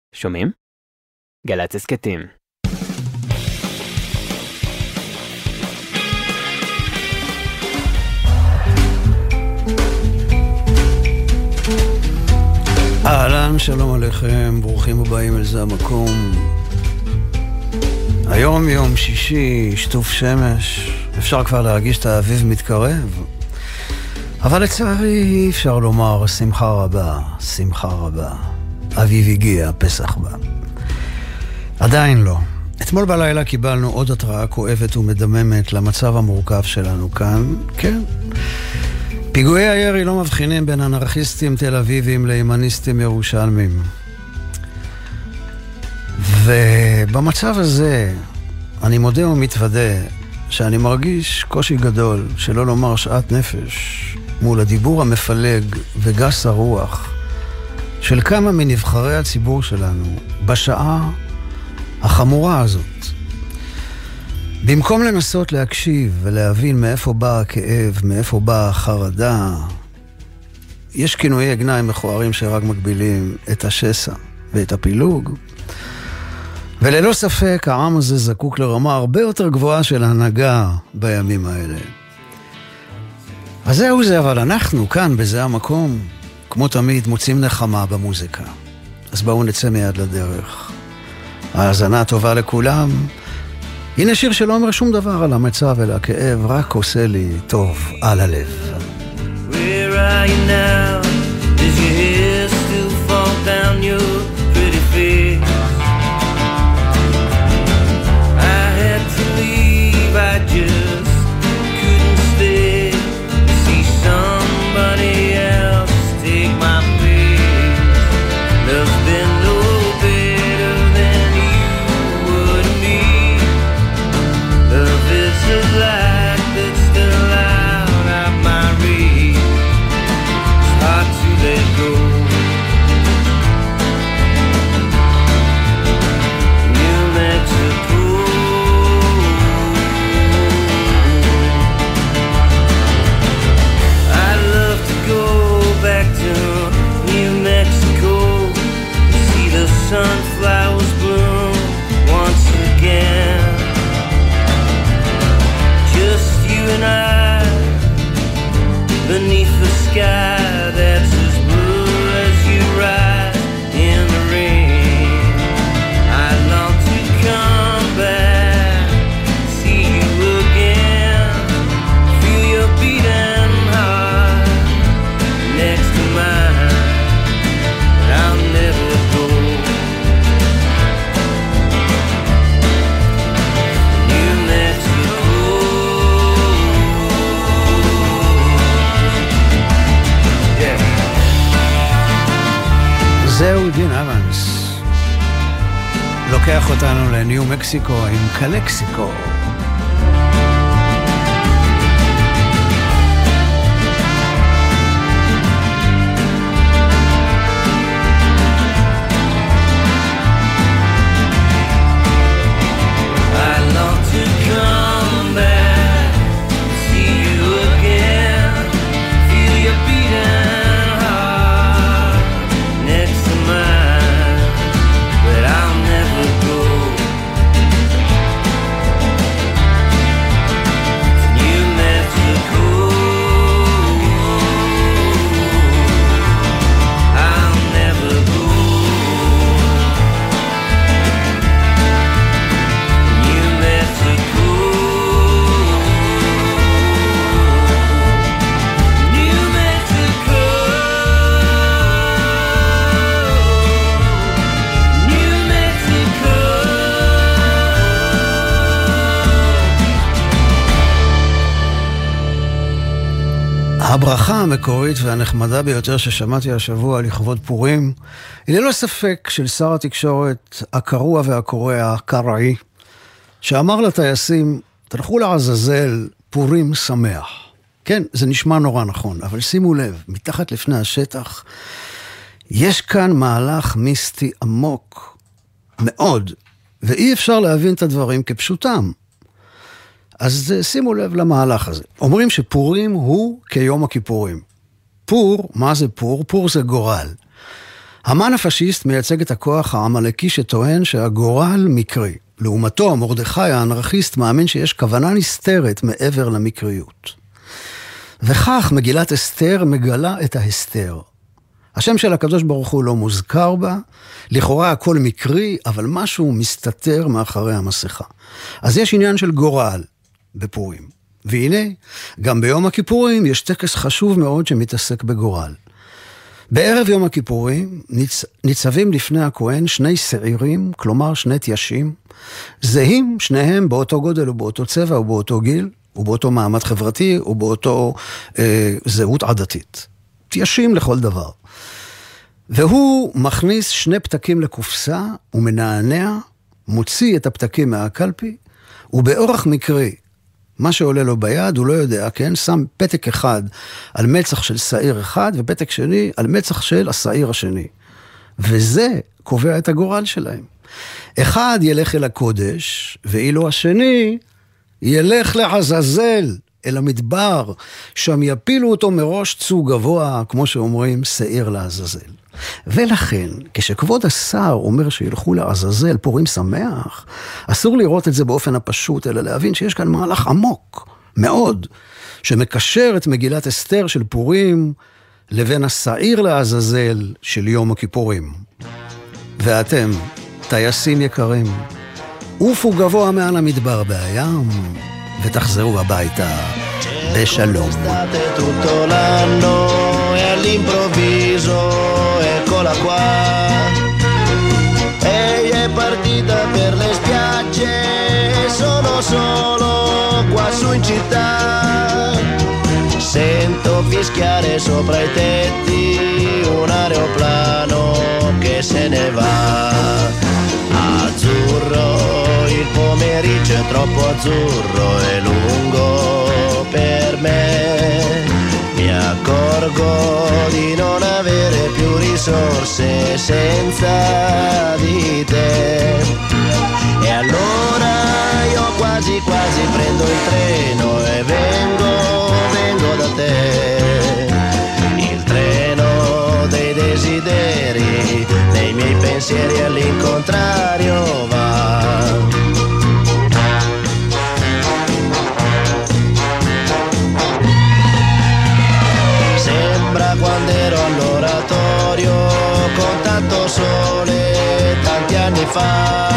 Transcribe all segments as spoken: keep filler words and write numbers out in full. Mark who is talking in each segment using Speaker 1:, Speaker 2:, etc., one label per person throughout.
Speaker 1: שומעים? גל"צ הסכתים.
Speaker 2: אהלן, שלום עליכם, ברוכים הבאים אל זה המקום. היום יום שישי, שטוף שמש, אפשר כבר להרגיש את האביב מתקרב, אבל לצערי אי אפשר לומר שמחה רבה, שמחה רבה. אביב הגיע, פסח בא. עדיין לא. אתמול בלילה קיבלנו עוד התראה כואבת ומדממת למצב המורכב שלנו כאן. כן. פיגועי הירי לא מבחינים בין אנרכיסטים תל אביבים לימניסטים ירושלמים. ובמצב הזה אני מודה ומתוודה שאני מרגיש קושי גדול, שלא לומר שאט נפש, מול הדיבור המפלג וגס הרוח של כמה מנבחרי הציבור שלנו בשעה החמורה הזאת. במקום לנסות להקשיב ולהבין מאיפה בא הכאב, מאיפה באה החרדה, יש כינויי גנאי מכוערים שרק מגבילים את השסע ואת הפילוג. וללא ספק העם הזה זקוק לרמה הרבה יותר גבוהה של הנהגה בימים האלה. אז זהו זה, אבל אנחנו כאן בזה המקום, כמו תמיד, מוצאים נחמה במוזיקה. אז בואו נצא מיד לדרך. האזנה טובה לכולם. הנה שיר שלא אומר שום דבר על המצב ולא הכאב, רק עושה לי טוב על הלב.
Speaker 3: Where are you now? Does your hair still fall down your pretty face? I had to leave, I just couldn't stay. See somebody else take my place. Love's been no better than you were to me. Love is a light that's still out of my reach. It's hard to let go. New Mexico. I'd love to go back to New Mexico to see the sunflowers bloom once again. Just you and I beneath the sky that's as blue as you ride in the rain. I long to come back, see you again, feel your beating heart next to mine. But I'll never go. New Mexico. Yeah.
Speaker 2: זהו דין אבנס. לוקח אותנו לניו מקסיקו עם קלקסיקו.
Speaker 3: I long to come back, see you again, feel your beating heart next to mine, but I'll never go. To New Mexico. I'll never go. New Mexico. New Mexico. New Mexico.
Speaker 2: הברכה המקורית והנחמדה ביותר ששמעתי השבוע לכבוד פורים היא ללא ספק של שר התקשורת הקרוע והקורע קרעי, שאמר לטייסים, תלכו לעזאזל, פורים שמח. כן, זה נשמע נורא נכון, אבל שימו לב, מתחת לפני השטח יש כאן מהלך מיסטי עמוק מאוד, ואי אפשר להבין את הדברים כפשוטם. אז שימו לב למהלך הזה. אומרים שפורים הוא כיום הכיפורים. פור, מה זה פור? פור זה גורל. המן הפשיסט מייצג את הכוח העמלקי שטוען שהגורל מקרי. לעומתו, מרדכי האנרכיסט מאמין שיש כוונה נסתרת מעבר למקריות. וכך מגילת אסתר מגלה את ההסתר. השם של הקדוש ברוך הוא לא מוזכר בה, לכאורה הכל מקרי, אבל משהו מסתתר מאחורי המסכה. אז יש עניין של גורל בפורים. והנה, גם ביום הכיפורים יש טקס חשוב מאוד שמתעסק בגורל. בערב יום הכיפורים ניצ... ניצבים לפני הכהן שני שעירים, כלומר שני תיישים, זהים שניהם באותו גודל ובאותו צבע ובאותו גיל, ובאותו מעמד חברתי ובאותו אה, זהות עדתית. תיישים לכל דבר. והוא מכניס שני פתקים לקופסה, ומנענע, מוציא את הפתקים מהקלפי, ובאורח מקרי, מה שעולה לו ביד, הוא לא יודע, כן? שם פתק אחד על מצח של שעיר אחד, ופתק שני על מצח של השעיר השני. וזה קובע את הגורל שלהם. אחד ילך אל הקודש, ואילו השני ילך לעזאזל, אל המדבר, שם יפילו אותו מראש צוג גבוה, כמו שאומרים, שעיר לעזאזל. ולכן, כשכבוד השר אומר שילכו לעזאזל, פורים שמח, אסור לראות את זה באופן הפשוט, אלא להבין שיש כאן מהלך עמוק, מאוד, שמקשר את מגילת אסתר של פורים, לבין השעיר לעזאזל של יום הכיפורים. ואתם, טייסים יקרים, עופו גבוה מעל המדבר בים, ותחזרו הביתה בשלום.
Speaker 4: All'improvviso eccola qua, ehi è partita per le spiagge, sono solo qua su in città, sento fischiare sopra i tetti un aeroplano che se ne va. Azzurro, il pomeriggio è troppo azzurro e lungo per me. Mi accorgo di non avere più risorse senza di te. E allora io quasi quasi prendo il treno e vengo, vengo da te. Il treno dei desideri, dei miei pensieri all'incontrario va. Quando ero all'oratorio con tanto sole tanti anni fa,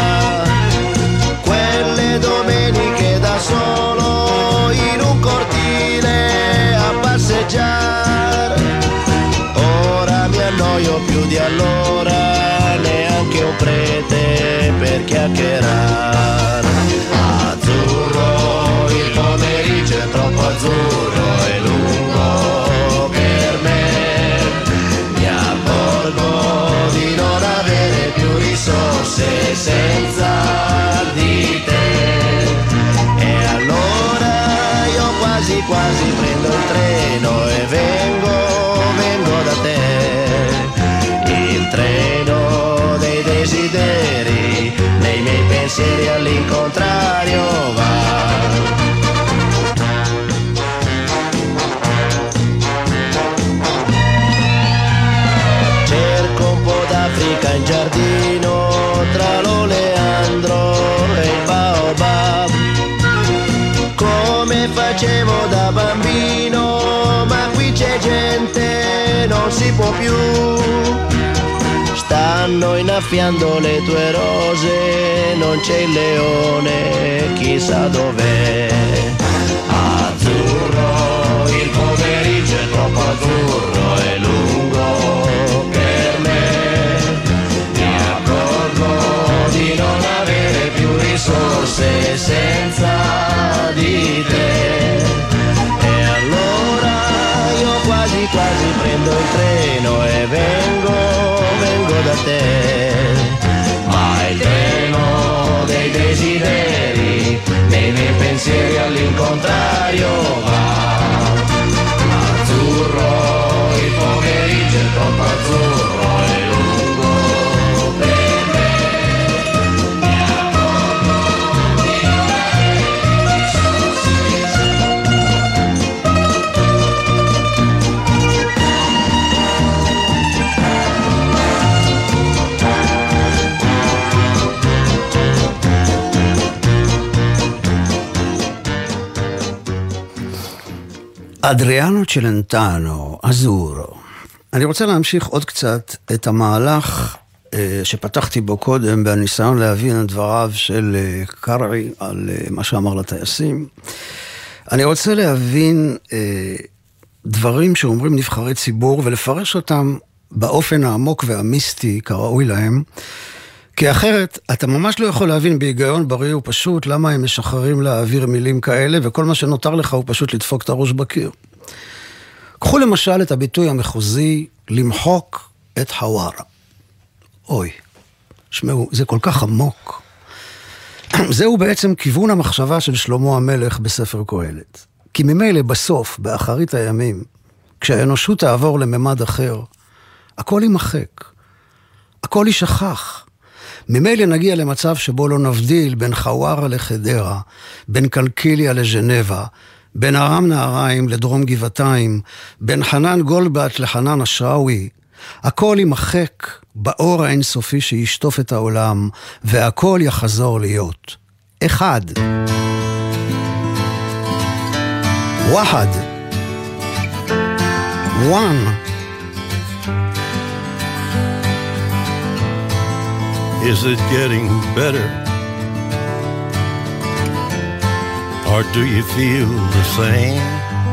Speaker 4: quelle domeniche da solo in un cortile a passeggiare, ora mi annoio più di allora, neanche un prete per chiacchierare. Azzurro, il pomeriggio è troppo azzurro e lungo per me. Mi accorgo di non avere più risorse senza di te. E allora io quasi quasi prendo il treno e vengo, vengo da te. Il treno dei desideri, nei miei pensieri all'incontrario va. In giardino tra l'oleandro e il baobab, come facevo da bambino, ma qui c'è gente, non si può più. Stanno innaffiando le tue rose, non c'è il leone, chissà dov'è. Azzurro, il pomeriggio è troppo azzurro e lungo per me. Di non avere più risorse senza di te. E allora io quasi quasi prendo il treno e vengo, vengo da te. Ma il treno dei desideri, nei miei pensieri all'incontrario va. Azzurro, il pomeriggio è troppo azzurro e lungo per me.
Speaker 2: אדריאנו צ'לנטנו, אזורו. אני רוצה להמשיך עוד קצת את המהלך אה, שפתחתי בו קודם, בניסיון להבין את דבריו של אה, קרעי על אה, מה שאמר לטייסים. אני רוצה להבין אה, דברים שאומרים נבחרי ציבור, ולפרש אותם באופן העמוק והמיסטי כראוי להם, כי אחרת אתה ממש לא יכול להבין בהיגיון בריא ופשוט למה הם משחררים להעביר מילים כאלה, וכל מה שנותר לך הוא פשוט לדפוק את הראש בקיר. קחו למשל את הביטוי המחוזי למחוק את חווארה. אוי, שמעו, זה כל כך עמוק. זהו בעצם כיוון המחשבה של שלמה המלך בספר קהלת. כי ממילא בסוף, באחרית הימים, כשהאנושות תעבור לממד אחר, הכל יימחק, הכל יישכח. ממילא נגיע למצב שבו לא נבדיל בין חווארה לחדרה, בין קלקיליה לז'נבה, בין ארם נהריים לדרום גבעתיים, בין חנן גולדבט לחנן אשראוי. הכל יימחק באור האינסופי שישטוף את העולם, והכל יחזור להיות אחד. וואחד. one.
Speaker 5: Is it getting better? Or do you feel the same?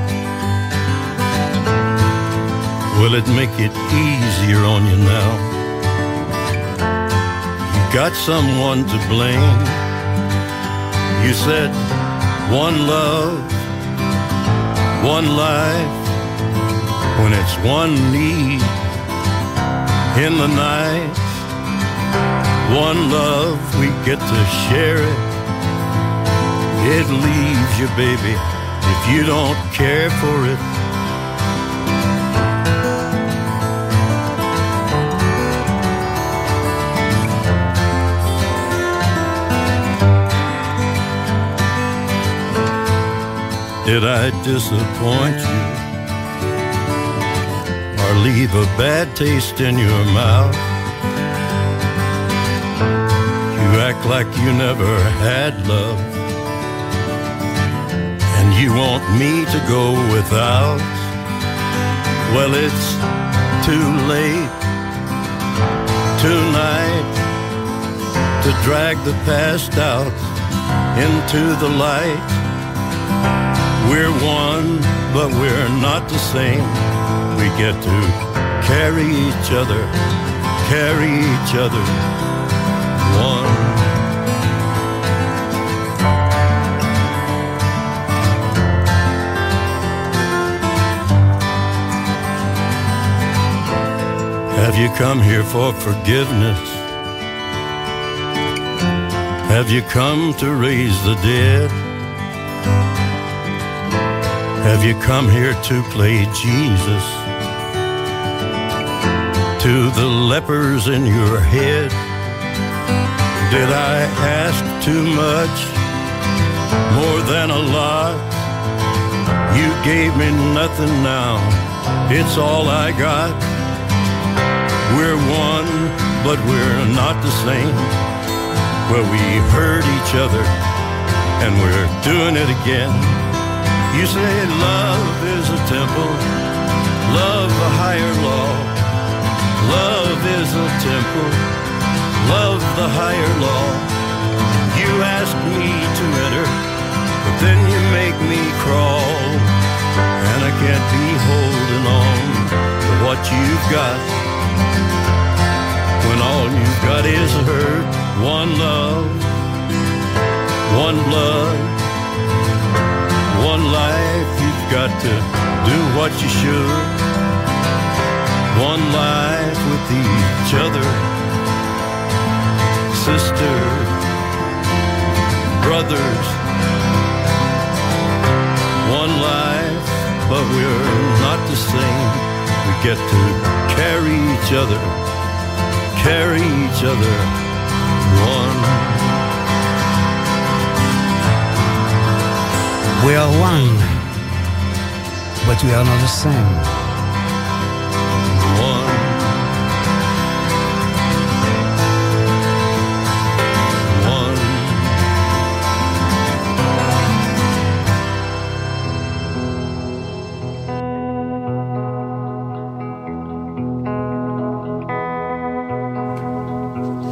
Speaker 5: Will it make it easier on you now? You got someone to blame. You said one love, one life, when it's one need in the night. One love, we get to share it. It leaves you, baby, if you don't care for it. Did I disappoint you or leave a bad taste in your mouth? You act like you never had love, and you want me to go without. Well, it's too late tonight to drag the past out into the light. We're one, but we're not the same. We get to carry each other, carry each other, one. Have you come here for forgiveness? Have you come to raise the dead? Have you come here to play Jesus to the lepers in your head? Did I ask too much, more than a lot? You gave me nothing now, it's all I got. We're one, but we're not the same. Well, we hurt each other, and we're doing it again. You say love is a temple, love a higher law. Love is a temple, love the higher law. You ask me to enter, but then you make me crawl. And I can't be holding on to what you've got, when all you've got is hurt. One love, one blood, one life. You've got to do what you should. One life with each other, sisters, brothers. One life, but we're not the same. We get to carry each other, carry each other, one.
Speaker 2: We are one, but we are not the same.
Speaker 5: One. One.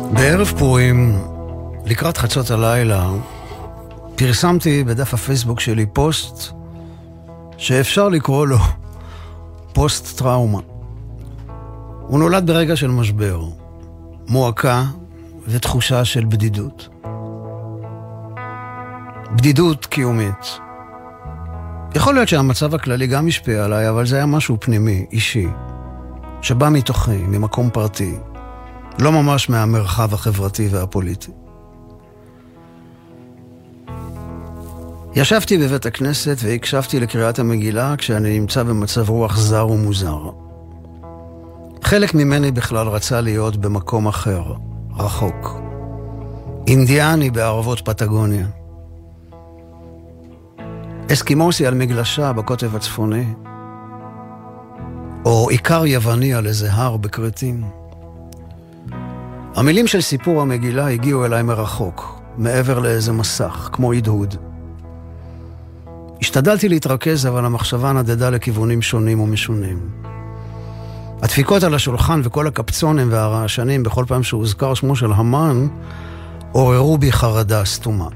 Speaker 2: בערב פורים, לקראת חצות הלילה, פרסמתי בדף הפייסבוק שלי פוסט שאפשר לקרוא לו פוסט טראומה. הוא נולד ברגע של משבר, מועקה ותחושה של בדידות. בדידות קיומית. יכול להיות שהמצב הכללי גם השפיע עליי, אבל זה היה משהו פנימי, אישי, שבא מתוכי, ממקום פרטי, לא ממש מהמרחב החברתי והפוליטי. ישבתי בבית הכנסת והקשבתי לקריאת המגילה כשאני נמצא במצב רוח זר ומוזר. חלק ממני בכלל רצה להיות במקום אחר, רחוק. אינדיאני בערבות פטגוניה. אסקימוסי על מגלשה בקוטב הצפוני. או עיקר יווני על איזה הר בקרטים. המילים של סיפור המגילה הגיעו אליי מרחוק, מעבר לאיזה מסך, כמו הדהוד. השתדלתי להתרכז, אבל המחשבה נדדה לכיוונים שונים ומשונים. הדפיקות על השולחן וכל הקפצונים והרעשנים בכל פעם שהוזכר שמו של המן, עוררו בי חרדה סתומה.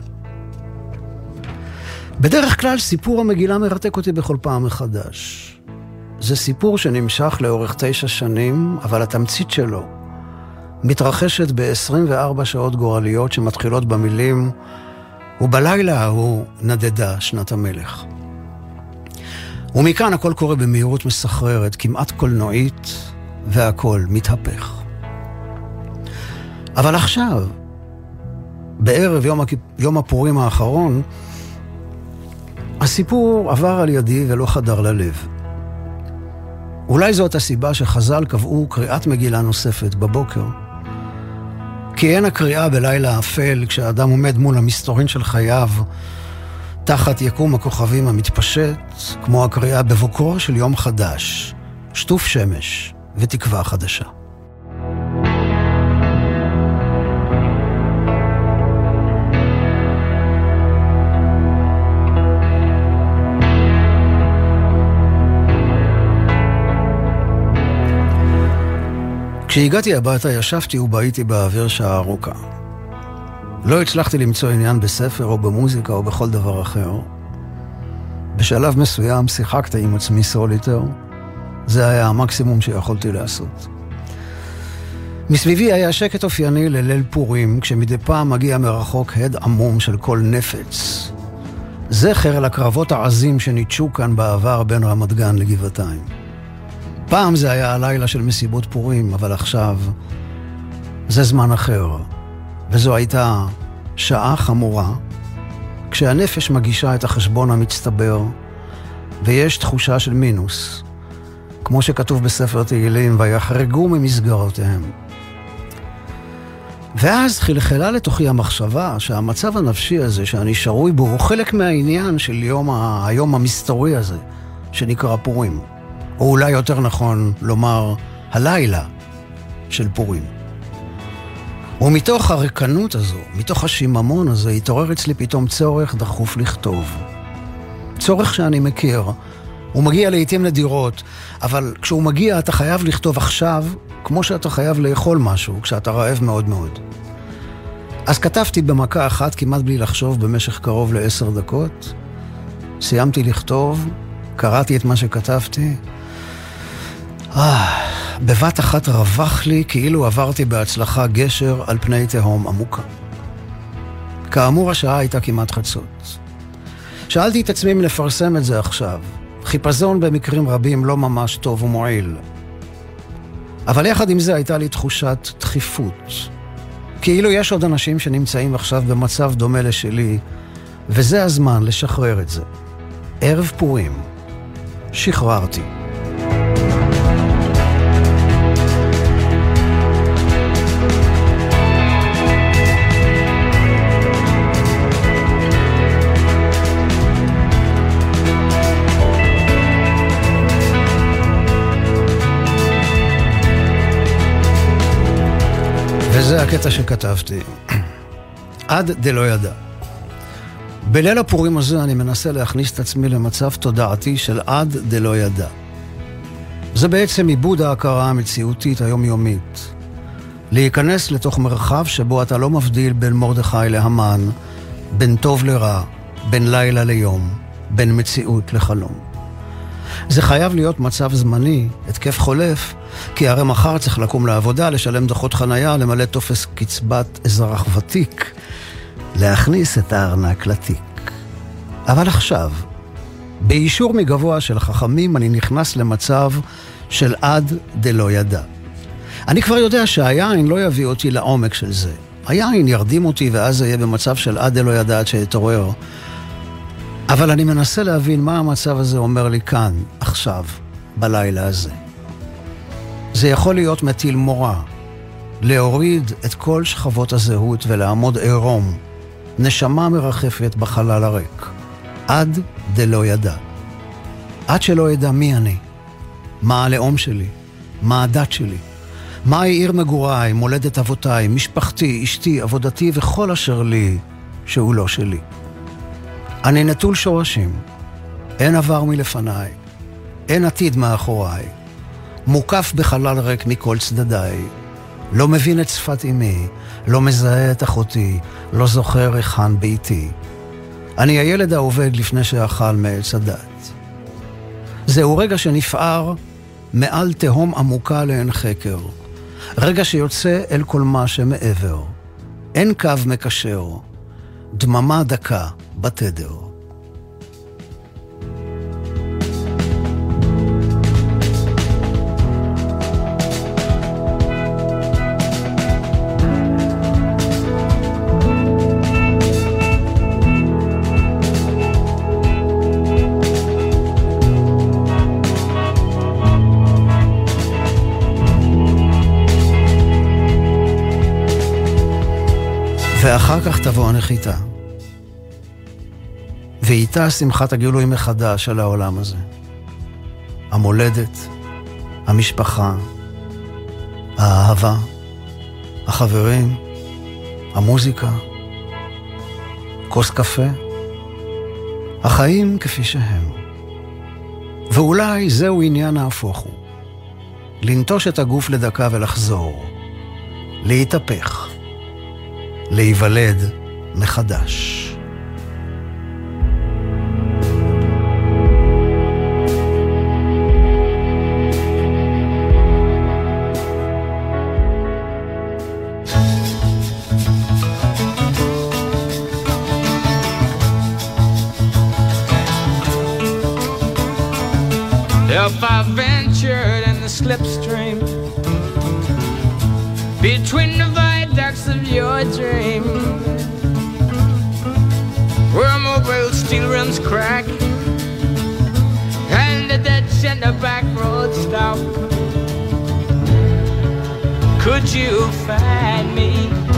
Speaker 2: בדרך כלל סיפור המגילה מרתק אותי בכל פעם מחדש. זה סיפור שנמשך לאורך תשע שנים, אבל התמצית שלו מתרחשת ב-עשרים וארבע שעות גורליות שמתחילות במילים ובלילה ההוא נדדה שנת המלך. ומכאן הכל קורה במהירות מסחררת, כמעט קולנועית, והכל מתהפך. אבל עכשיו, בערב יום, יום הפורים האחרון, הסיפור עבר על ידי ולא חדר ללב. אולי זאת הסיבה שחז"ל קבעו קריאת מגילה נוספת בבוקר. כי אין הקריאה בלילה אפל כשאדם עומד מול המסתורין של חייו תחת יקום הכוכבים המתפשט, כמו הקריאה בבוקרו של יום חדש, שטוף שמש ותקווה חדשה. כשהגעתי הביתה ישבתי ובהיתי באוויר שעה ארוכה. לא הצלחתי למצוא עניין בספר או במוזיקה או בכל דבר אחר. בשלב מסוים שיחקתי עם עצמי סוליטר. זה היה המקסימום שיכולתי לעשות. מסביבי היה שקט אופייני לליל פורים, כשמדי פעם מגיע מרחוק הד עמום של כל נפץ. זכר לקרבות העזים שניטשו כאן בעבר בין רמת גן לגבעתיים. פעם זה היה הלילה של מסיבות פורים, אבל עכשיו זה זמן אחר. וזו הייתה שעה חמורה, כשהנפש מגישה את החשבון המצטבר, ויש תחושה של מינוס, כמו שכתוב בספר תהילים, ויחרגו ממסגרותיהם. ואז חלחלה לתוכי המחשבה שהמצב הנפשי הזה שאני שרוי בו הוא חלק מהעניין של יום ה... היום המסתורי הזה, שנקרא פורים. או אולי יותר נכון לומר, הלילה של פורים. ומתוך הרקנות הזו, מתוך השיממון הזה, התעורר אצלי פתאום צורך דחוף לכתוב. צורך שאני מכיר. הוא מגיע לעתים נדירות, אבל כשהוא מגיע אתה חייב לכתוב עכשיו, כמו שאתה חייב לאכול משהו, כשאתה רעב מאוד מאוד. אז כתבתי במכה אחת, כמעט בלי לחשוב, במשך קרוב לעשר דקות. סיימתי לכתוב, קראתי את מה שכתבתי. אה, בבת אחת רווח לי כאילו עברתי בהצלחה גשר על פני תהום עמוקה. כאמור השעה הייתה כמעט חצות. שאלתי את עצמי אם לפרסם את זה עכשיו. חיפזון במקרים רבים לא ממש טוב ומועיל. אבל יחד עם זה הייתה לי תחושת דחיפות. כאילו יש עוד אנשים שנמצאים עכשיו במצב דומה לשלי, וזה הזמן לשחרר את זה. ערב פורים. שחררתי. וזה הקטע שכתבתי. עד דלא ידע. בליל הפורים הזה אני מנסה להכניס את עצמי למצב תודעתי של עד דלא ידע. זה בעצם עיבוד ההכרה המציאותית היומיומית. להיכנס לתוך מרחב שבו אתה לא מבדיל בין מרדכי להמן, בין טוב לרע, בין לילה ליום, בין מציאות לחלום. זה חייב להיות מצב זמני, התקף חולף, כי הרי מחר צריך לקום לעבודה, לשלם דוחות חנייה, למלא טופס קצבת אזרח ותיק, להכניס את הארנק לתיק. אבל עכשיו, באישור מגבוה של חכמים, אני נכנס למצב של עד דלא ידע. אני כבר יודע שהיין לא יביא אותי לעומק של זה. היין ירדים אותי ואז זה יהיה במצב של עד דלא ידע עד שיתעורר. אבל אני מנסה להבין מה המצב הזה אומר לי כאן, עכשיו, בלילה הזה. זה יכול להיות מטיל מורה, להוריד את כל שכבות הזהות ולעמוד עירום, נשמה מרחפת בחלל הריק, עד דלא ידע. עד שלא ידע מי אני, מה הלאום שלי, מה הדת שלי, מהי עיר מגוריי, מולדת אבותיי, משפחתי, אשתי, עבודתי וכל אשר לי שהוא לא שלי. אני נטול שורשים, אין עבר מלפניי, אין עתיד מאחוריי, מוקף בחלל ריק מכל צדדיי, לא מבין את שפת אמי, לא מזהה את אחותי, לא זוכר היכן ביתי. אני הילד העובד לפני שאכל מעץ הדת. זהו רגע שנפער מעל תהום עמוקה לאין חקר, רגע שיוצא אל כל מה שמעבר. אין קו מקשר, דממה דקה בתדר. ואחר כך תבוא הנחיתה. ואיתה שמחת הגילוי מחדש על העולם הזה. המולדת, המשפחה, האהבה, החברים, המוזיקה, כוס קפה, החיים כפי שהם. ואולי זהו עניין ההפוך הוא. לנטוש את הגוף לדקה ולחזור. להתהפך. להיוולד מחדש.
Speaker 3: If I ventured in the slipstream between the viaducts of your dream, where mobile steel rims crack and the ditch and the back road stop, could you find me?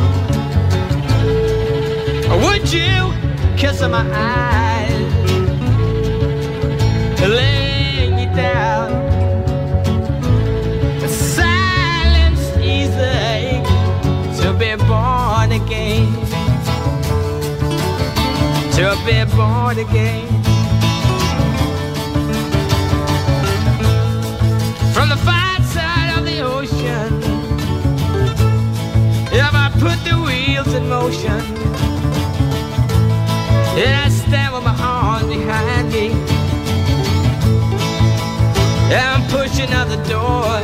Speaker 3: Or would you kiss my eyes, laying you down? Silence easy to be born again, to be born again. From the far side of the ocean, if I put the wheels in motion, and I stand with my arms behind me, and I'm pushing out the door,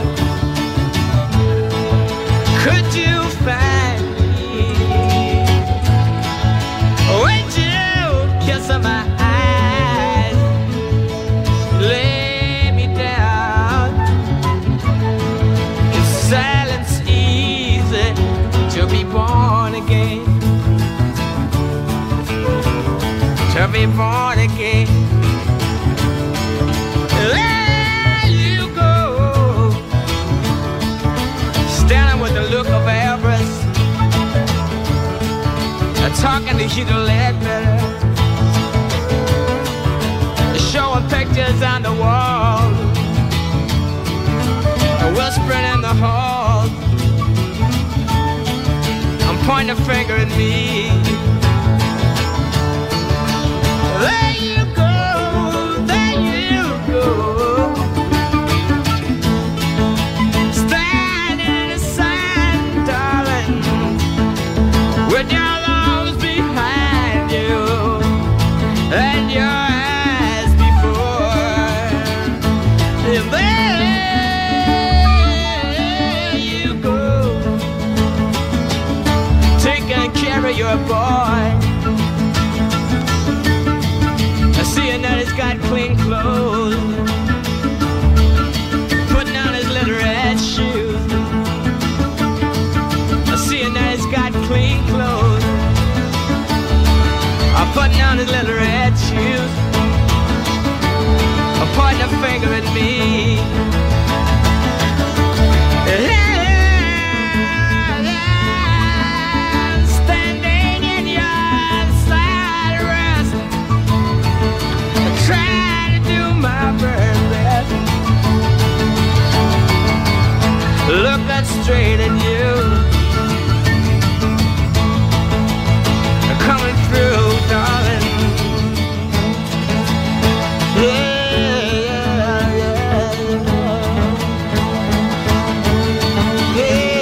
Speaker 3: could you find me? Would you kiss my eyes, lay me down? Is silence easy to be born again? To be born again. There you go, standing with a look of avarice, talking to you to let better, showing pictures on the wall, whispering in the hall. I'm pointing a finger at me. There you go, there you go, standing in the sun dark. you're a boy. Seeing that he's got clean clothes, putting on his little red shoes. Seeing that he's got clean clothes, I'm putting on his little red shoes. I'm pointing a finger at me. Standing in your side rest, trying to do my very best. Looking straight at you, coming through, darling. Yeah, yeah, yeah.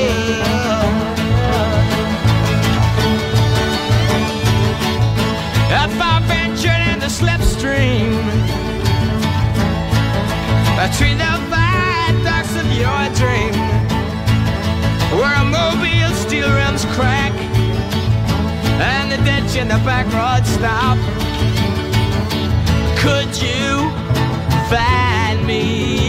Speaker 3: Yeah. If I ventured in the slipstream between the viaducts of your dream, where a mobile steel rims crack and the ditch in the back road stop, could you find me?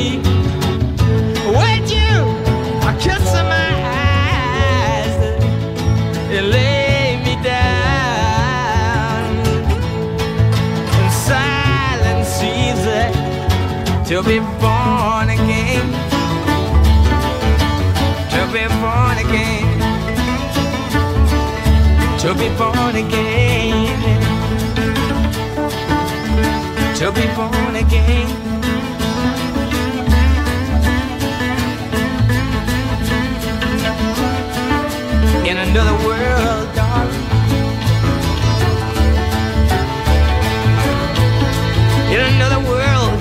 Speaker 3: Would you kiss my eyes and lay me down in silence easy to be born again, to be born again, to be born again, to be born again. In another world, darling, in another world,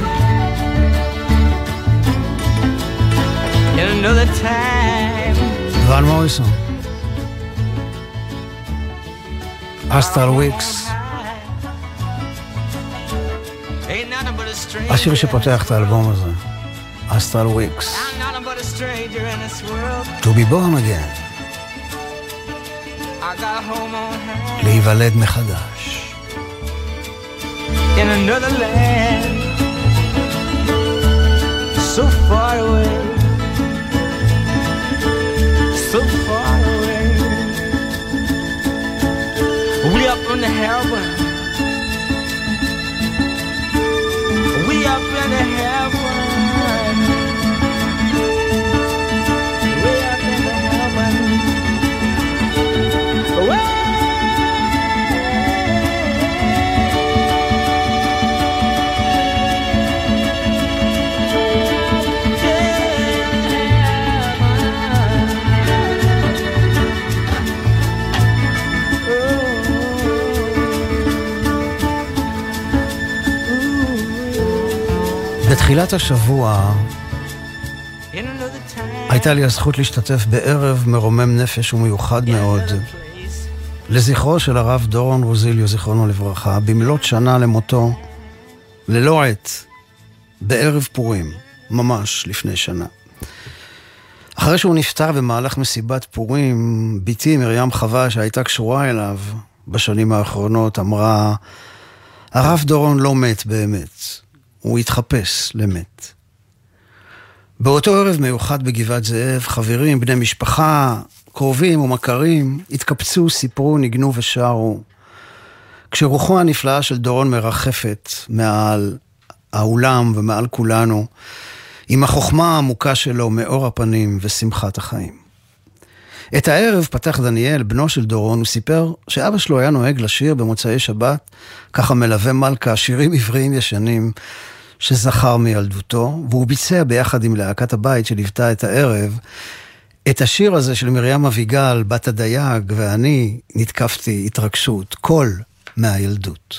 Speaker 3: in another time.
Speaker 2: ואן מוריסון, אסטרל וויקס, השיר שפותח את האלבום הזה, אסטרל וויקס, To be born again, להיוולד מחדש.
Speaker 3: In another land, so far away, so far away, we up in the heaven, we up in the heaven, we up in the heaven, away.
Speaker 2: בתחילת השבוע הייתה לי הזכות להשתתף בערב מרומם נפש ומיוחד מאוד לזכרו של הרב דורון רוזיליו, זיכרונו לברכה, במלאת שנה למותו, ללא עת, בערב פורים, ממש לפני שנה. אחרי שהוא נפטר במהלך מסיבת פורים, ביתי מרים חווה שהייתה קשורה אליו בשנים האחרונות, אמרה, הרב דורון לא מת באמת, הוא התחפש למת. באותו ערב מיוחד בגבעת זאב, חברים, בני משפחה, קרובים ומכרים, התקפצו, סיפרו, ניגנו ושרו. כשרוחו הנפלאה של דורון מרחפת מעל האולם ומעל כולנו, עם החוכמה העמוקה שלו, מאור הפנים ושמחת החיים. את הערב פתח דניאל, בנו של דורון, הוא סיפר שאבא שלו היה נוהג לשיר במוצאי שבת, ככה מלווה מלכה, שירים עבריים ישנים שזכר מילדותו, והוא ביצע ביחד עם להקת הבית שליוותה את הערב, את השיר הזה של מרים אביגל, בת הדייג, ואני נתקפתי התרגשות, קול מהילדות.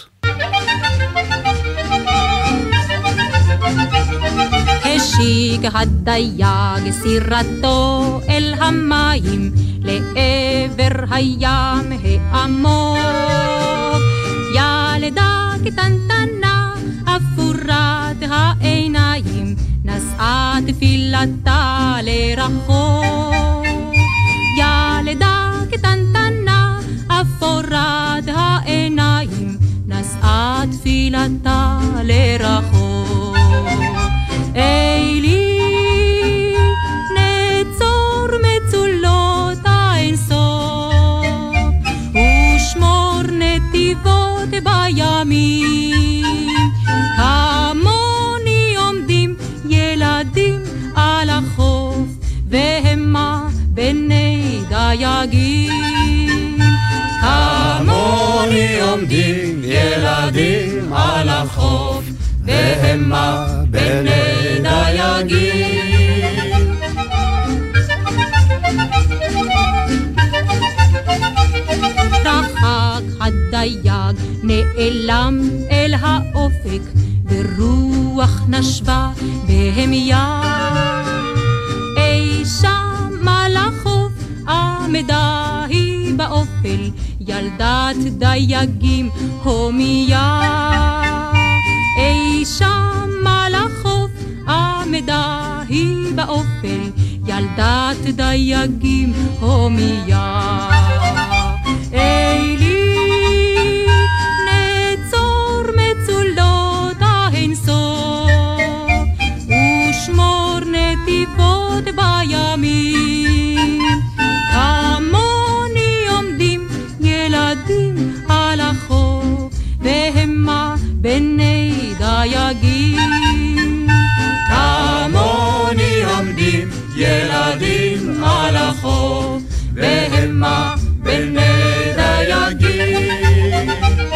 Speaker 6: השיג הדייג סירתו אל המים לעבר הים העמוק, ילדה קטנטנה אפורת העיניים נשאה תפילתה לרחוק, ילדה קטנטנה אפורת
Speaker 4: והמה בני דייגים.
Speaker 6: רחק הדייג נעלם אל האופק, ברוח נשבה בהמיה. אי שם על החוף עמדה היא באופל, ילדת דייגים הומיה. אי שם על החוף עמדה היא באופל, ילדת דייגים הומיה. אלי נצור מצולות האינסוף, ושמור נתיבות בימים. כמוני עומדים ילדים על החוף, והמה בני דייגים.
Speaker 4: כמוני עומדים ילדים על החוף, והמה בני דייגים.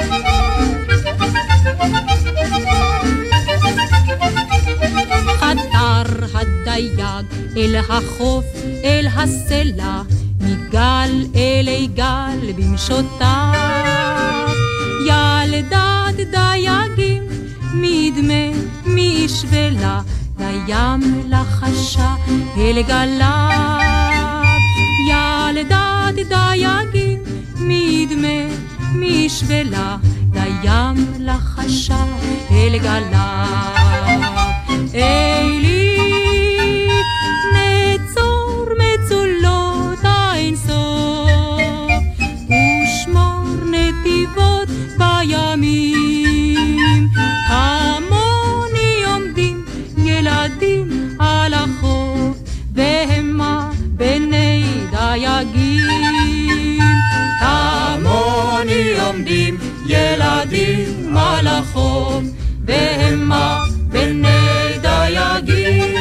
Speaker 6: חתר הדייג אל החוף, אל הסלע, מגל אלי גל במשותיו. ילדת דייגים מדמה משבלה, לים לחשה אל גליו. ילדת דייגים מדמה משבלה, לים לחשה אל גליו. אלי נצור מצולות האינסוף, ושמור נתיבות בימים. כמוני עומדים ילדים על החוף, והמה בני דייגים.
Speaker 4: כמוני עומדים ילדים על החוף, והמה בני דייגים.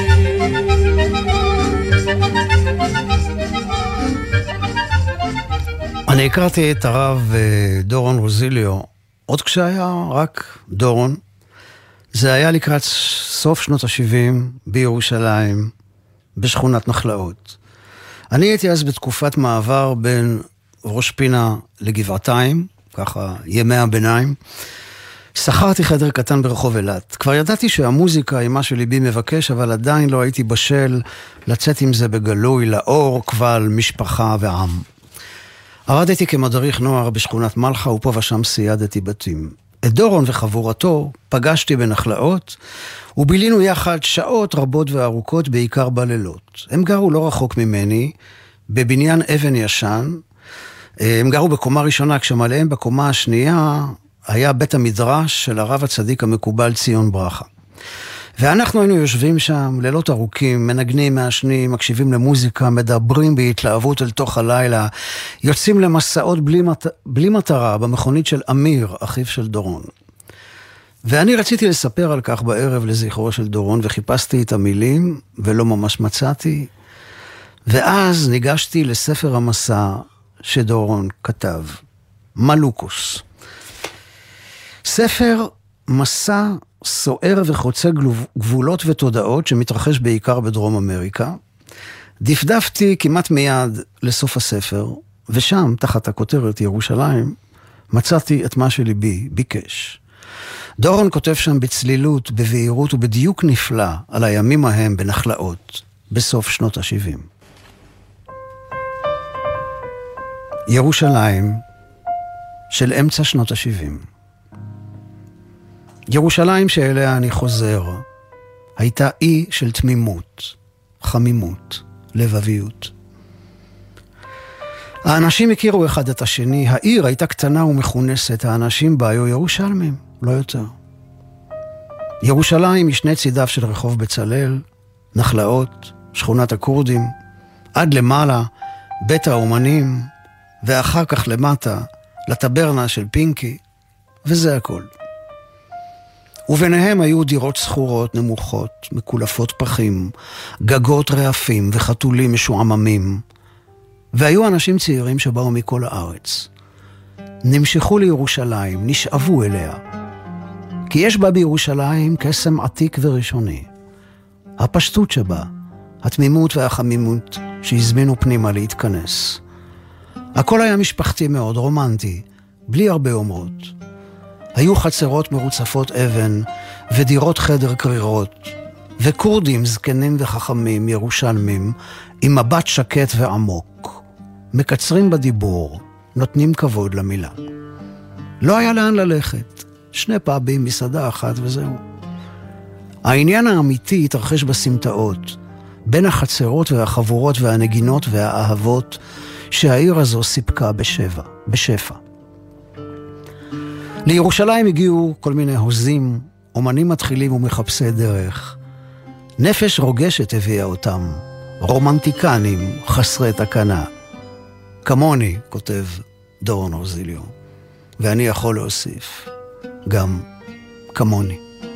Speaker 2: אני הכרתי את הרב דורון רוזיליו עוד כשהיה רק דורון. זה היה לקראת סוף שנות ה-שבעים בירושלים, בשכונת נחלאות. אני הייתי אז בתקופת מעבר בין ראש פינה לגבעתיים, ככה ימי הביניים. שכרתי חדר קטן ברחוב אילת. כבר ידעתי שהמוזיקה היא מה שליבי מבקש, אבל עדיין לא הייתי בשל לצאת עם זה בגלוי, לאור, קבל, משפחה ועם. עבדתי כמדריך נוער בשכונת מלכה, ופה ושם סיידתי בתים. את דורון וחבורתו פגשתי בנחלאות, ובילינו יחד שעות רבות וארוכות, בעיקר בלילות. הם גרו לא רחוק ממני, בבניין אבן ישן. הם גרו בקומה ראשונה, כשמעליהם בקומה השנייה היה בית המדרש של הרב הצדיק המקובל ציון ברכה. ואנחנו היינו יושבים שם לילות ארוכים, מנגנים, מעשנים, מקשיבים למוזיקה, מדברים בהתלהבות אל תוך הלילה, יוצאים למסעות בלי, מת... בלי מטרה במכונית של אמיר, אחיו של דורון. ואני רציתי לספר על כך בערב לזכרו של דורון, וחיפשתי את המילים ולא ממש מצאתי. ואז ניגשתי לספר המסע שדורון כתב, מלוקוס. ספר מסע סוער וחוצה גבולות ותודעות שמתרחש בעיקר בדרום אמריקה. דפדפתי כמעט מיד לסוף הספר, ושם, תחת הכותרת ירושלים, מצאתי את מה שליבי ביקש. דורון כותב שם בצלילות, בבהירות ובדיוק נפלא על הימים ההם בנחלאות, בסוף שנות ה-שבעים. ירושלים של אמצע שנות ה-שבעים. ירושלים שאליה אני חוזר, הייתה אי של תמימות, חמימות, לבביות. האנשים הכירו אחד את השני, העיר הייתה קטנה ומכונסת, האנשים בה היו ירושלמים, לא יותר. ירושלים משני צידיו של רחוב בצלאל, נחלאות, שכונת הקורדים, עד למעלה, בית האומנים, ואחר כך למטה, לטברנה של פינקי, וזה הכל. וביניהם היו דירות סחורות נמוכות, מקולפות פחים, גגות רעפים וחתולים משועממים. והיו אנשים צעירים שבאו מכל הארץ. נמשכו לירושלים, נשאבו אליה. כי יש בה בירושלים קסם עתיק וראשוני. הפשטות שבה, התמימות והחמימות שהזמינו פנימה להתכנס. הכל היה משפחתי מאוד, רומנטי, בלי הרבה אומרות. היו חצרות מרוצפות אבן ודירות חדר קרירות, וקורדים זקנים וחכמים ירושלמים עם מבט שקט ועמוק, מקצרים בדיבור, נותנים כבוד למילה. לא היה לאן ללכת, שני פאבים, מסעדה אחת וזהו. העניין האמיתי התרחש בסמטאות, בין החצרות והחבורות והנגינות והאהבות שהעיר הזו סיפקה בשפע, בשפע. לירושלים הגיעו כל מיני הוזים, אומנים מתחילים ומחפשי דרך. נפש רוגשת הביאה אותם, רומנטיקנים חסרי תקנה. כמוני, כותב דורון רוזיליו, ואני יכול להוסיף, גם כמוני.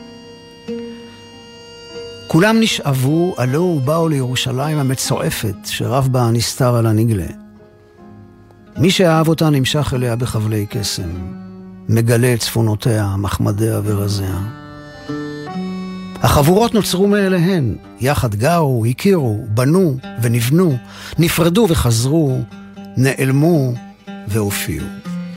Speaker 2: כולם נשאבו, עלו ובאו לירושלים המצועפת שרב בה הנסתר על הנגלה. מי שאהב אותה נמשך אליה בחבלי קסם, מגלה את צפונותיה, מחמדיה ורזיה. החבורות נוצרו מאליהן, יחד גרו, הכירו, בנו ונבנו, נפרדו וחזרו, נעלמו והופיעו.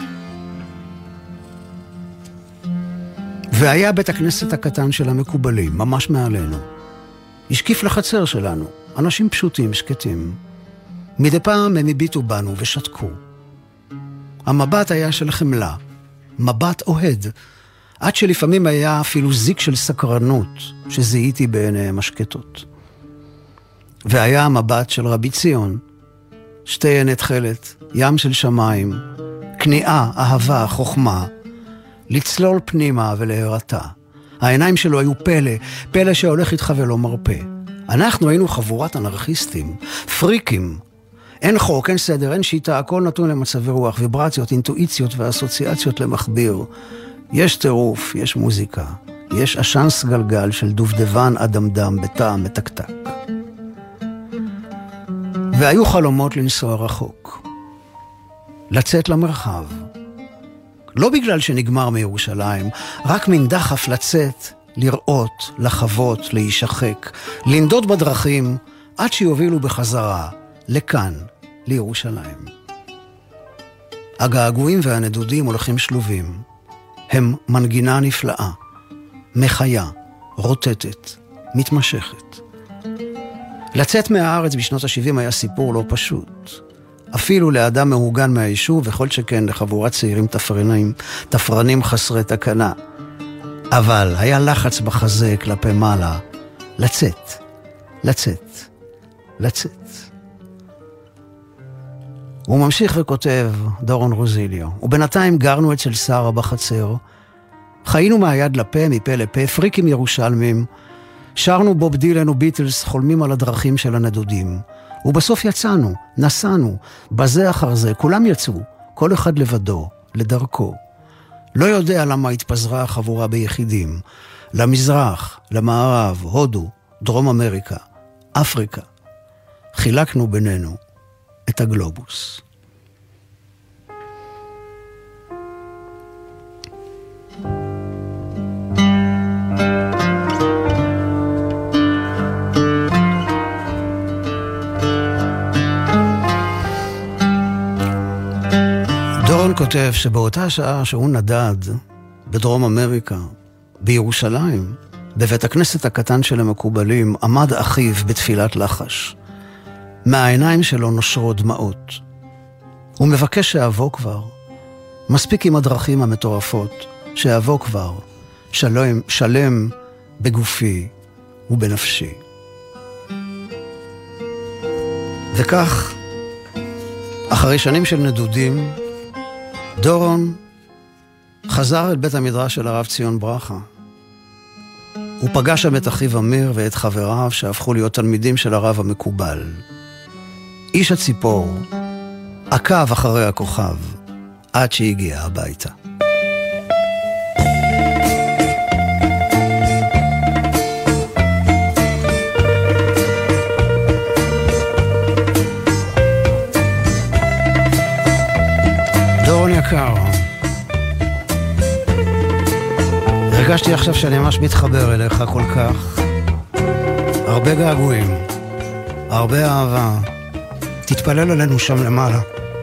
Speaker 2: והיה בית הכנסת הקטן של המקובלים, ממש מעלינו. השקיף לחצר שלנו, אנשים פשוטים, שקטים. מדי פעם הם הביטו בנו ושתקו. המבט היה של חמלה, מבט אוהד, עד שלפעמים היה אפילו זיק של סקרנות שזיהיתי בעיניהם השקטות. והיה המבט של רבי ציון, שתי עיני תכלת, ים של שמיים, כניעה, אהבה, חוכמה, לצלול פנימה ולהירתה. העיניים שלו היו פלא, פלא שהולך איתך ולא מרפא. אנחנו היינו חבורת אנרכיסטים, פריקים. אין חוק, אין סדר, אין שיטה, הכל נתון למצבי רוח, ויברציות, אינטואיציות ואסוציאציות למחביר. יש טירוף, יש מוזיקה, יש עשן סגלגל של דובדבן אדמדם בטעם מתקתק. והיו חלומות לנסוע רחוק, לצאת למרחב. לא בגלל שנגמר מירושלים, רק מן דחף לצאת, לראות, לחוות, להישחק, לנדוד בדרכים, עד שיובילו בחזרה, לכאן, לירושלים. הגעגועים והנדודים הולכים שלובים. הם מנגינה נפלאה, מחיה, רוטטת, מתמשכת. לצאת מהארץ בשנות ה-שבעים היה סיפור לא פשוט. אפילו לאדם מהוגן מהיישוב, וכל שכן לחבורת צעירים תפרנים, תפרנים חסרי תקנה. אבל היה לחץ בחזה כלפי מעלה, לצאת, לצאת, לצאת. הוא ממשיך וכותב, דורון רוזיליו, ובינתיים גרנו אצל שרה בחצר, חיינו מהיד לפה, מפה לפה, פריקים ירושלמים, שרנו בוב דילן וביטלס, חולמים על הדרכים של הנדודים, ובסוף יצאנו, נסענו, בזה אחר זה, כולם יצאו, כל אחד לבדו, לדרכו. לא יודע למה התפזרה החבורה ביחידים, למזרח, למערב, הודו, דרום אמריקה, אפריקה. חילקנו בינינו את הגלובוס. דורון כותב שבאותה שעה שהוא נדד בדרום אמריקה, בירושלים, בבית הכנסת הקטן של המקובלים, עמד אחיו בתפילת לחש. מהעיניים שלו נושרו דמעות. הוא מבקש שאבוא כבר. מספיק עם הדרכים המטורפות, שאבוא כבר, שלם, שלם בגופי ובנפשי. וכך, אחרי שנים של נדודים, דורון חזר אל בית המדרש של הרב ציון ברכה. הוא פגש שם את אחיו אמיר ואת חבריו שהפכו להיות תלמידים של הרב המקובל. איש הציפור עקב אחרי הכוכב עד שהגיע הביתה. דורון יקר, הרגשתי עכשיו שאני ממש מתחבר אליך כל כך. הרבה געגועים, הרבה אהבה. תתפלל עלינו שם למעלה.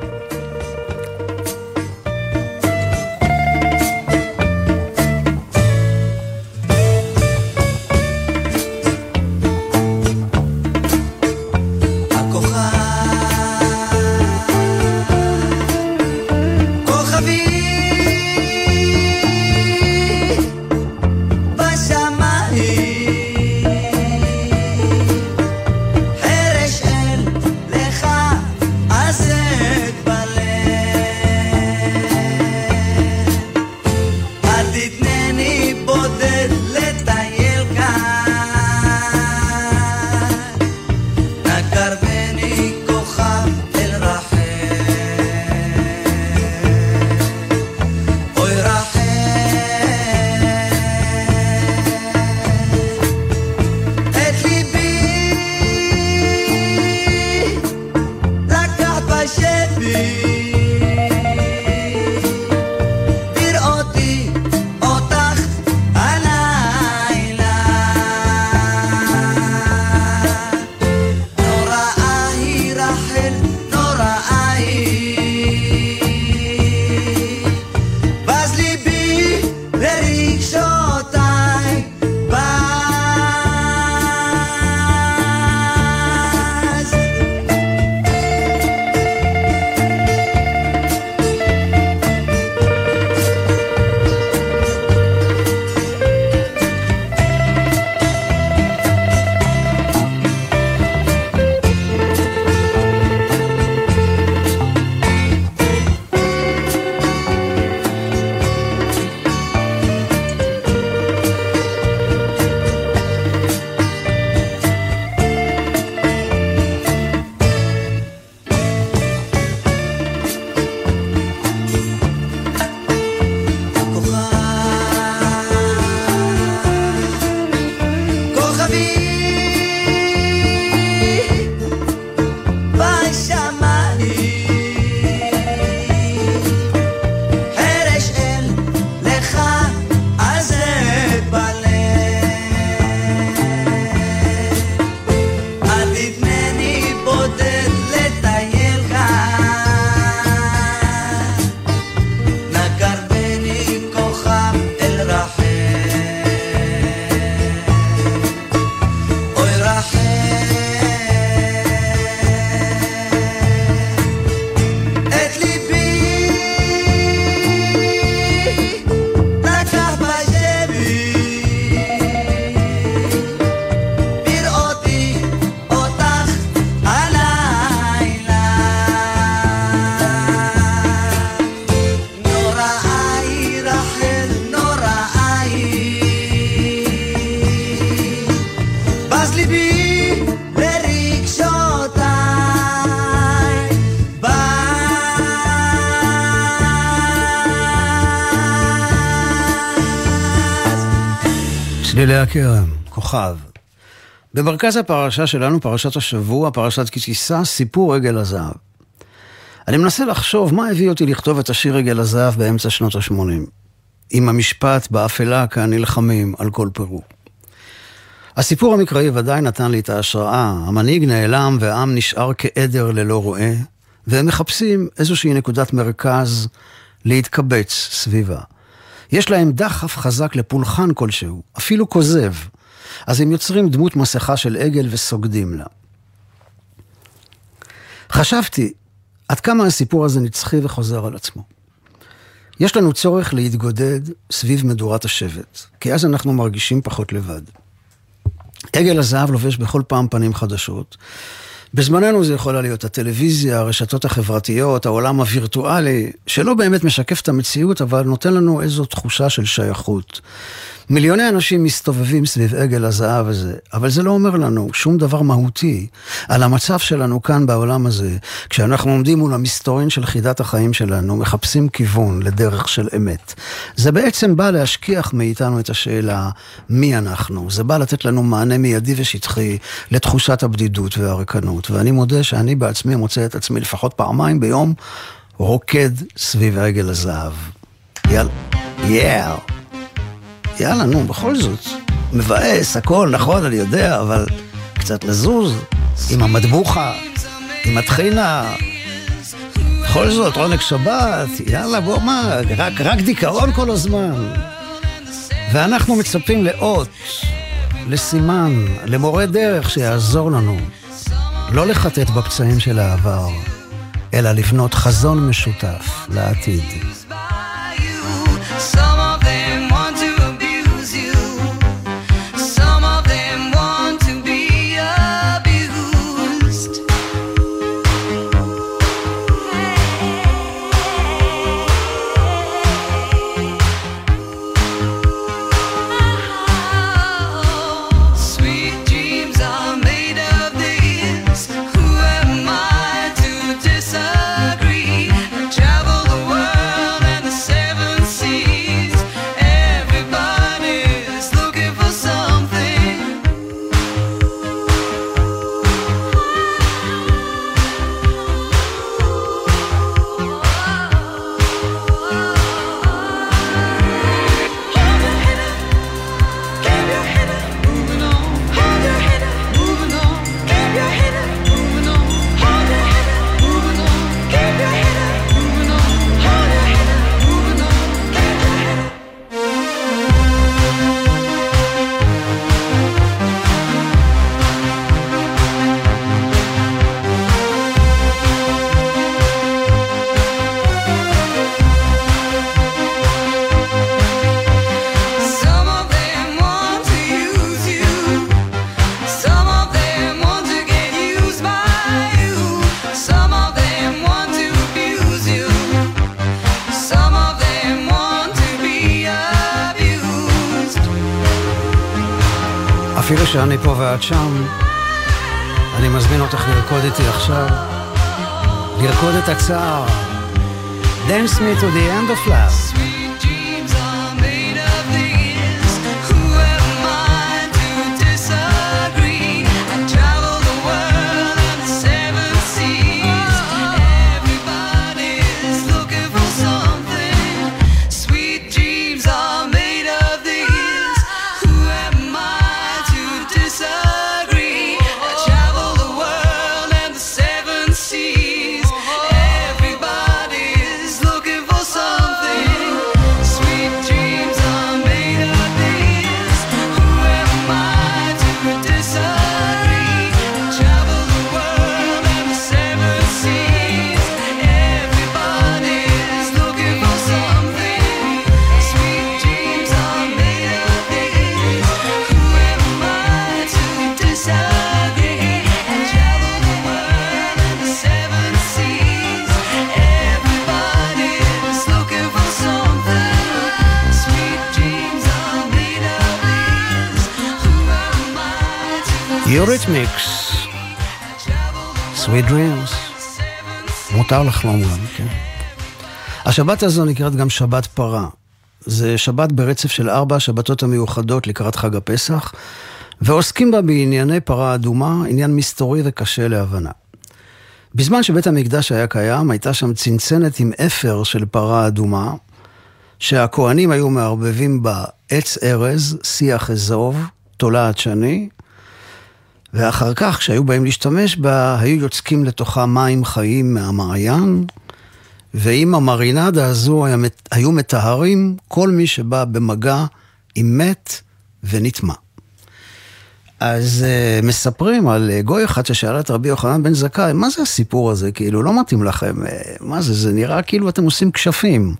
Speaker 2: צלילי הכרם, כוכב. במרכז הפרשה שלנו, פרשת השבוע, פרשת כי תישא, סיפור עגל הזהב. אני מנסה לחשוב מה הביא אותי לכתוב את השיר עגל הזהב באמצע שנות ה-שמונים. עם המשפט באפלה כאן נלחמים על כל פירוק. הסיפור המקראי ודאי נתן לי את ההשראה. המנהיג נעלם והעם נשאר כעדר ללא רואה, והם מחפשים איזושהי נקודת מרכז להתקבץ סביבה. יש להם דחף חזק לפולחן כלשהו, אפילו כוזב. אז הם יוצרים דמות מסכה של עגל וסוגדים לה. חשבתי, עד כמה הסיפור הזה נצחי וחוזר על עצמו. יש לנו צורך להתגודד סביב מדורת השבט, כי אז אנחנו מרגישים פחות לבד. עגל הזהב לובש בכל פעם פנים חדשות. בזמננו זה יכולה להיות הטלוויזיה, הרשתות החברתיות, העולם הווירטואלי, שלא באמת משקף את המציאות, אבל נותן לנו איזו תחושה של שייכות. מיליוני אנשים מסתובבים סביב עגל הזהב הזה, אבל זה לא אומר לנו שום דבר מהותי על המצב שלנו כאן בעולם הזה, כשאנחנו עומדים מול המסתורין של חידת החיים שלנו, מחפשים כיוון לדרך של אמת. זה בעצם בא להשכיח מאיתנו את השאלה מי אנחנו. זה בא לתת לנו מענה מיידי ושטחי לתחושת הבדידות והרקנות, ואני מודה שאני בעצמי מוצא את עצמי לפחות פעמיים ביום רוקד סביב עגל הזהב. יאללה, יאללה. יאללה, נו, בכל זאת. מבאס, הכל, נכון, אני יודע, אבל קצת לזוז, עם המטבוחה, עם התחינה. בכל זאת, עונג שבת, יאללה, בוא, מה, רק, רק דיכאון כל הזמן. ואנחנו מצפים לאות, לסימן, למורה דרך שיעזור לנו. לא לחטט בפצעים של העבר, אלא לבנות חזון משותף לעתיד. אפילו שאני פה ואת שם, אני מזמין אותך לרקוד איתי עכשיו, לרקוד את הצער. Dance me to the end of love. Eurythmics, Sweet Dreams, מותר לחלום גם, כן. השבת הזו נקראת גם שבת פרה. זה שבת ברצף של ארבע שבתות המיוחדות לקראת חג הפסח, ועוסקים בה בענייני פרה אדומה, עניין מסתורי וקשה להבנה. בזמן שבית המקדש היה קיים, הייתה שם צנצנת עם אפר של פרה אדומה, שהכהנים היו מערבבים בה עץ ארז, שיח אזוב, תולעת שני, ואחר כך, כשהיו באים להשתמש בה, היו יוצקים לתוכה מים חיים מהמעיין, ועם המרינדה הזו היו מטהרים כל מי שבא במגע עם מת ונטמע. אז uh, מספרים על uh, גוי אחד ששאלה את רבי יוחנן בן זכאי, מה זה הסיפור הזה? כאילו, לא מתאים לכם, uh, מה זה? זה נראה כאילו אתם עושים כשפים.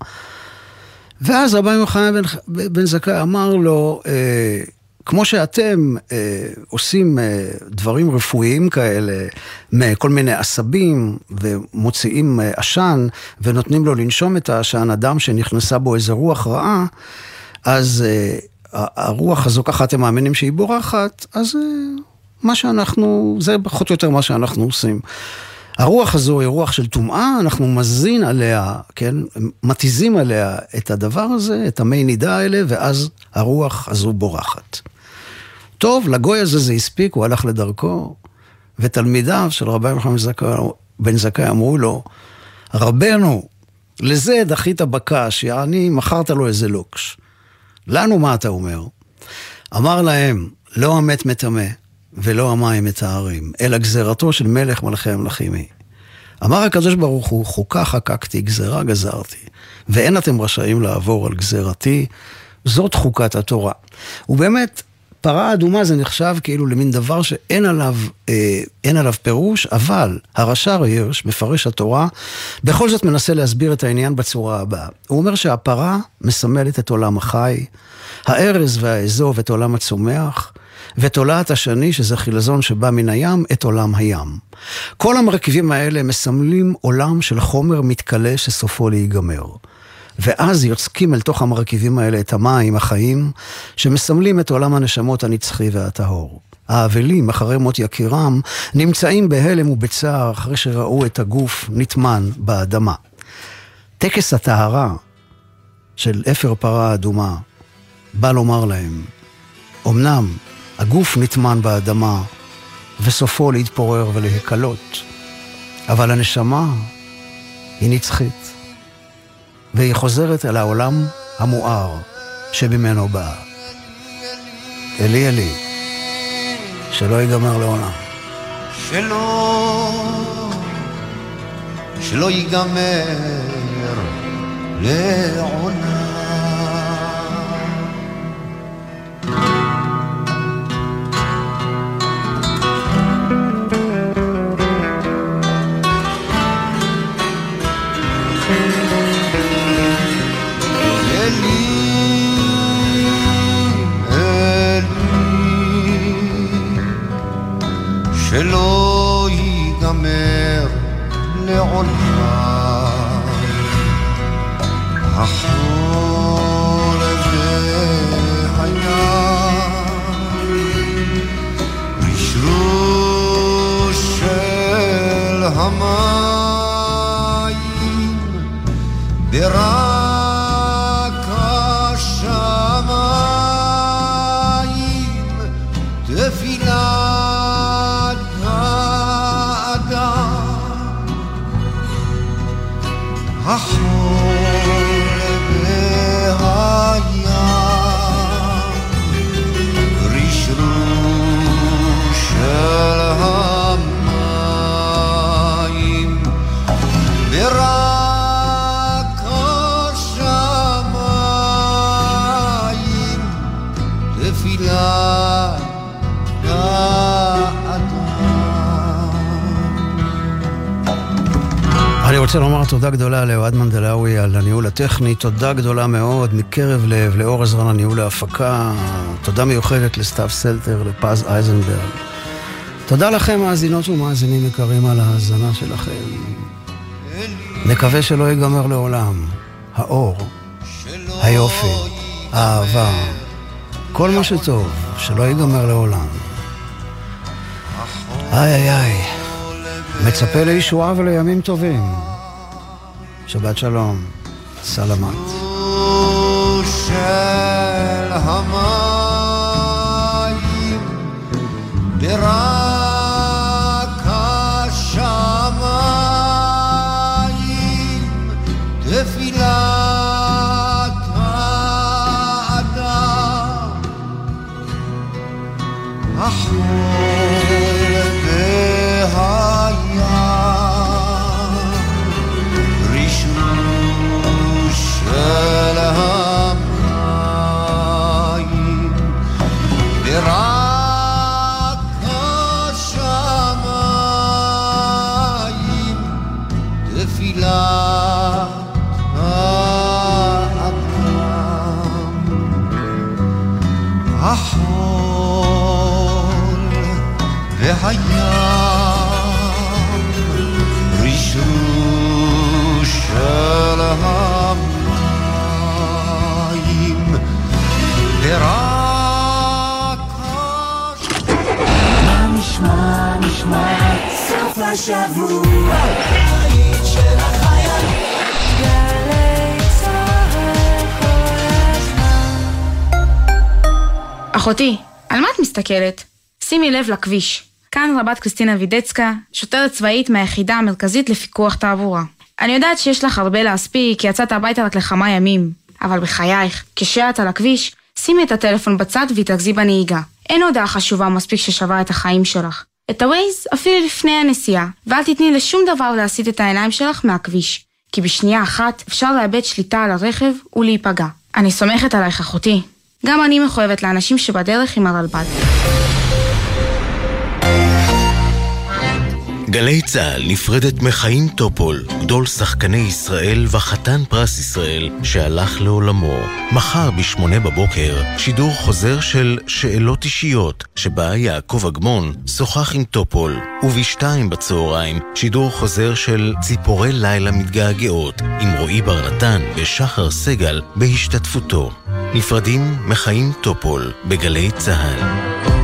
Speaker 2: ואז רבי יוחנן בן, בן זכאי אמר לו, uh, כמו שאתם אה, עושים אה, דברים רפואיים כאלה, מכל מיני עשבים, ומוציאים אה, עשן, ונותנים לו לנשום את העשן, אדם שנכנסה בו איזו רוח רעה, אז אה, הרוח הזו, ככה אתם מאמינים שהיא בורחת, אז אה, מה שאנחנו, זה פחות או יותר מה שאנחנו עושים. הרוח הזו היא רוח של טומאה, אנחנו מזין עליה, כן, מתיזים עליה את הדבר הזה, את המי נידה האלה, ואז הרוח הזו בורחת. טוב, לגוי הזה זה הספיק, הוא הלך לדרכו, ותלמידיו של רבי יוחנן בן זכאי אמרו לו, רבנו, לזה דחית בקש, יעני, מכרת לו איזה לוקש. לנו מה אתה אומר? אמר להם, לא המת מטמא, ולא המים מטהרים, אלא גזרתו של מלך מלכי המלכים היא. אמר הקדוש ברוך הוא, חוקה חקקתי, גזרה גזרתי, ואין אתם רשאים לעבור על גזרתי, זאת חוקת התורה. ובאמת, פרה אדומה זה נחשב כאילו למין דבר שאין עליו, אה, אין עליו פירוש, אבל הרש"ר הירש, מפרש התורה, בכל זאת מנסה להסביר את העניין בצורה הבאה. הוא אומר שהפרה מסמלת את עולם החי, הארז והאזוב את עולם הצומח, ותולעת השני, שזה חילזון שבא מן הים, את עולם הים. כל המרכיבים האלה מסמלים עולם של חומר מתקלה שסופו להיגמר. ואז יוצקים אל תוך המרכיבים האלה את המים, החיים, שמסמלים את עולם הנשמות הנצחי והטהור. האבלים, אחרי מות יקירם, נמצאים בהלם ובצער אחרי שראו את הגוף נטמן באדמה. טקס הטהרה של אפר פרה אדומה בא לומר להם, אמנם הגוף נטמן באדמה וסופו להתפורר ולהקלות, אבל הנשמה היא נצחית, והיא חוזרת אל העולם המואר שבמנו בא. אלי אלי, שלא ייגמר לעולם.
Speaker 7: שלא, שלא ייגמר לעולם. שלא ייגמר לעולם החול והים רשרוש של המים ברק השמיים תפילה החול והים רשרוש של המים ורק השמיים תפילה
Speaker 2: אני רוצה לומר תודה גדולה לאוהד מנדלאוי על הניהול הטכני, תודה גדולה מאוד מקרב לב לאור עזרן הניהול ההפקה, תודה מיוחדת לסתיו סלטר, לפז אייזנברג. תודה לכם מאזינות ומאזינים יקרים על ההאזנה שלכם. נקווה שלא ייגמר לעולם. האור, היופי, האהבה, כל מה שטוב, שלא ייגמר לעולם. איי איי איי, מצפה לישועה ולימים טובים. שבת שלום, סלמת.
Speaker 7: של המים ברק השמיים תפילת האדם החול והים רשרוש של המים ברק השמיים תפילת האדם החול והים רשרוש של המים ורק
Speaker 3: מה נשמע, נשמע סוף השבוע היית של החייל גלי צהל כל הזמן.
Speaker 8: אחותי, על מה את מסתכלת? שימי לב לכביש. כאן רבת קריסטינה וידצקה, שוטרת צבאית מהיחידה המרכזית לפיקוח תעבורה. אני יודעת שיש לך הרבה להספיק, כי יצאת הביתה רק לכמה ימים. אבל בחייך, כשאת על הכביש, שימי את הטלפון בצד והתרכזי בנהיגה. אין הודעה חשובה מספיק ששווה את החיים שלך. את הווייז אפילו לפני הנסיעה, ואל תתני לשום דבר להסיט את העיניים שלך מהכביש. כי בשנייה אחת אפשר לאבד שליטה על הרכב ולהיפגע. אני סומכת עלייך אחותי. גם אני מחויבת לאנשים שבדרך עם הרלב"ד.
Speaker 9: גלי צהל נפרדת מחיים טופול, גדול שחקני ישראל וחתן פרס ישראל שהלך לעולמו. מחר בשמונה בבוקר שידור חוזר של שאלות אישיות שבה יעקב אגמון שוחח עם טופול, ובשתיים בצהריים שידור חוזר של ציפורי לילה מתגעגעות עם רועי ברנתן ושחר סגל בהשתתפותו. נפרדים מחיים טופול בגלי צהל.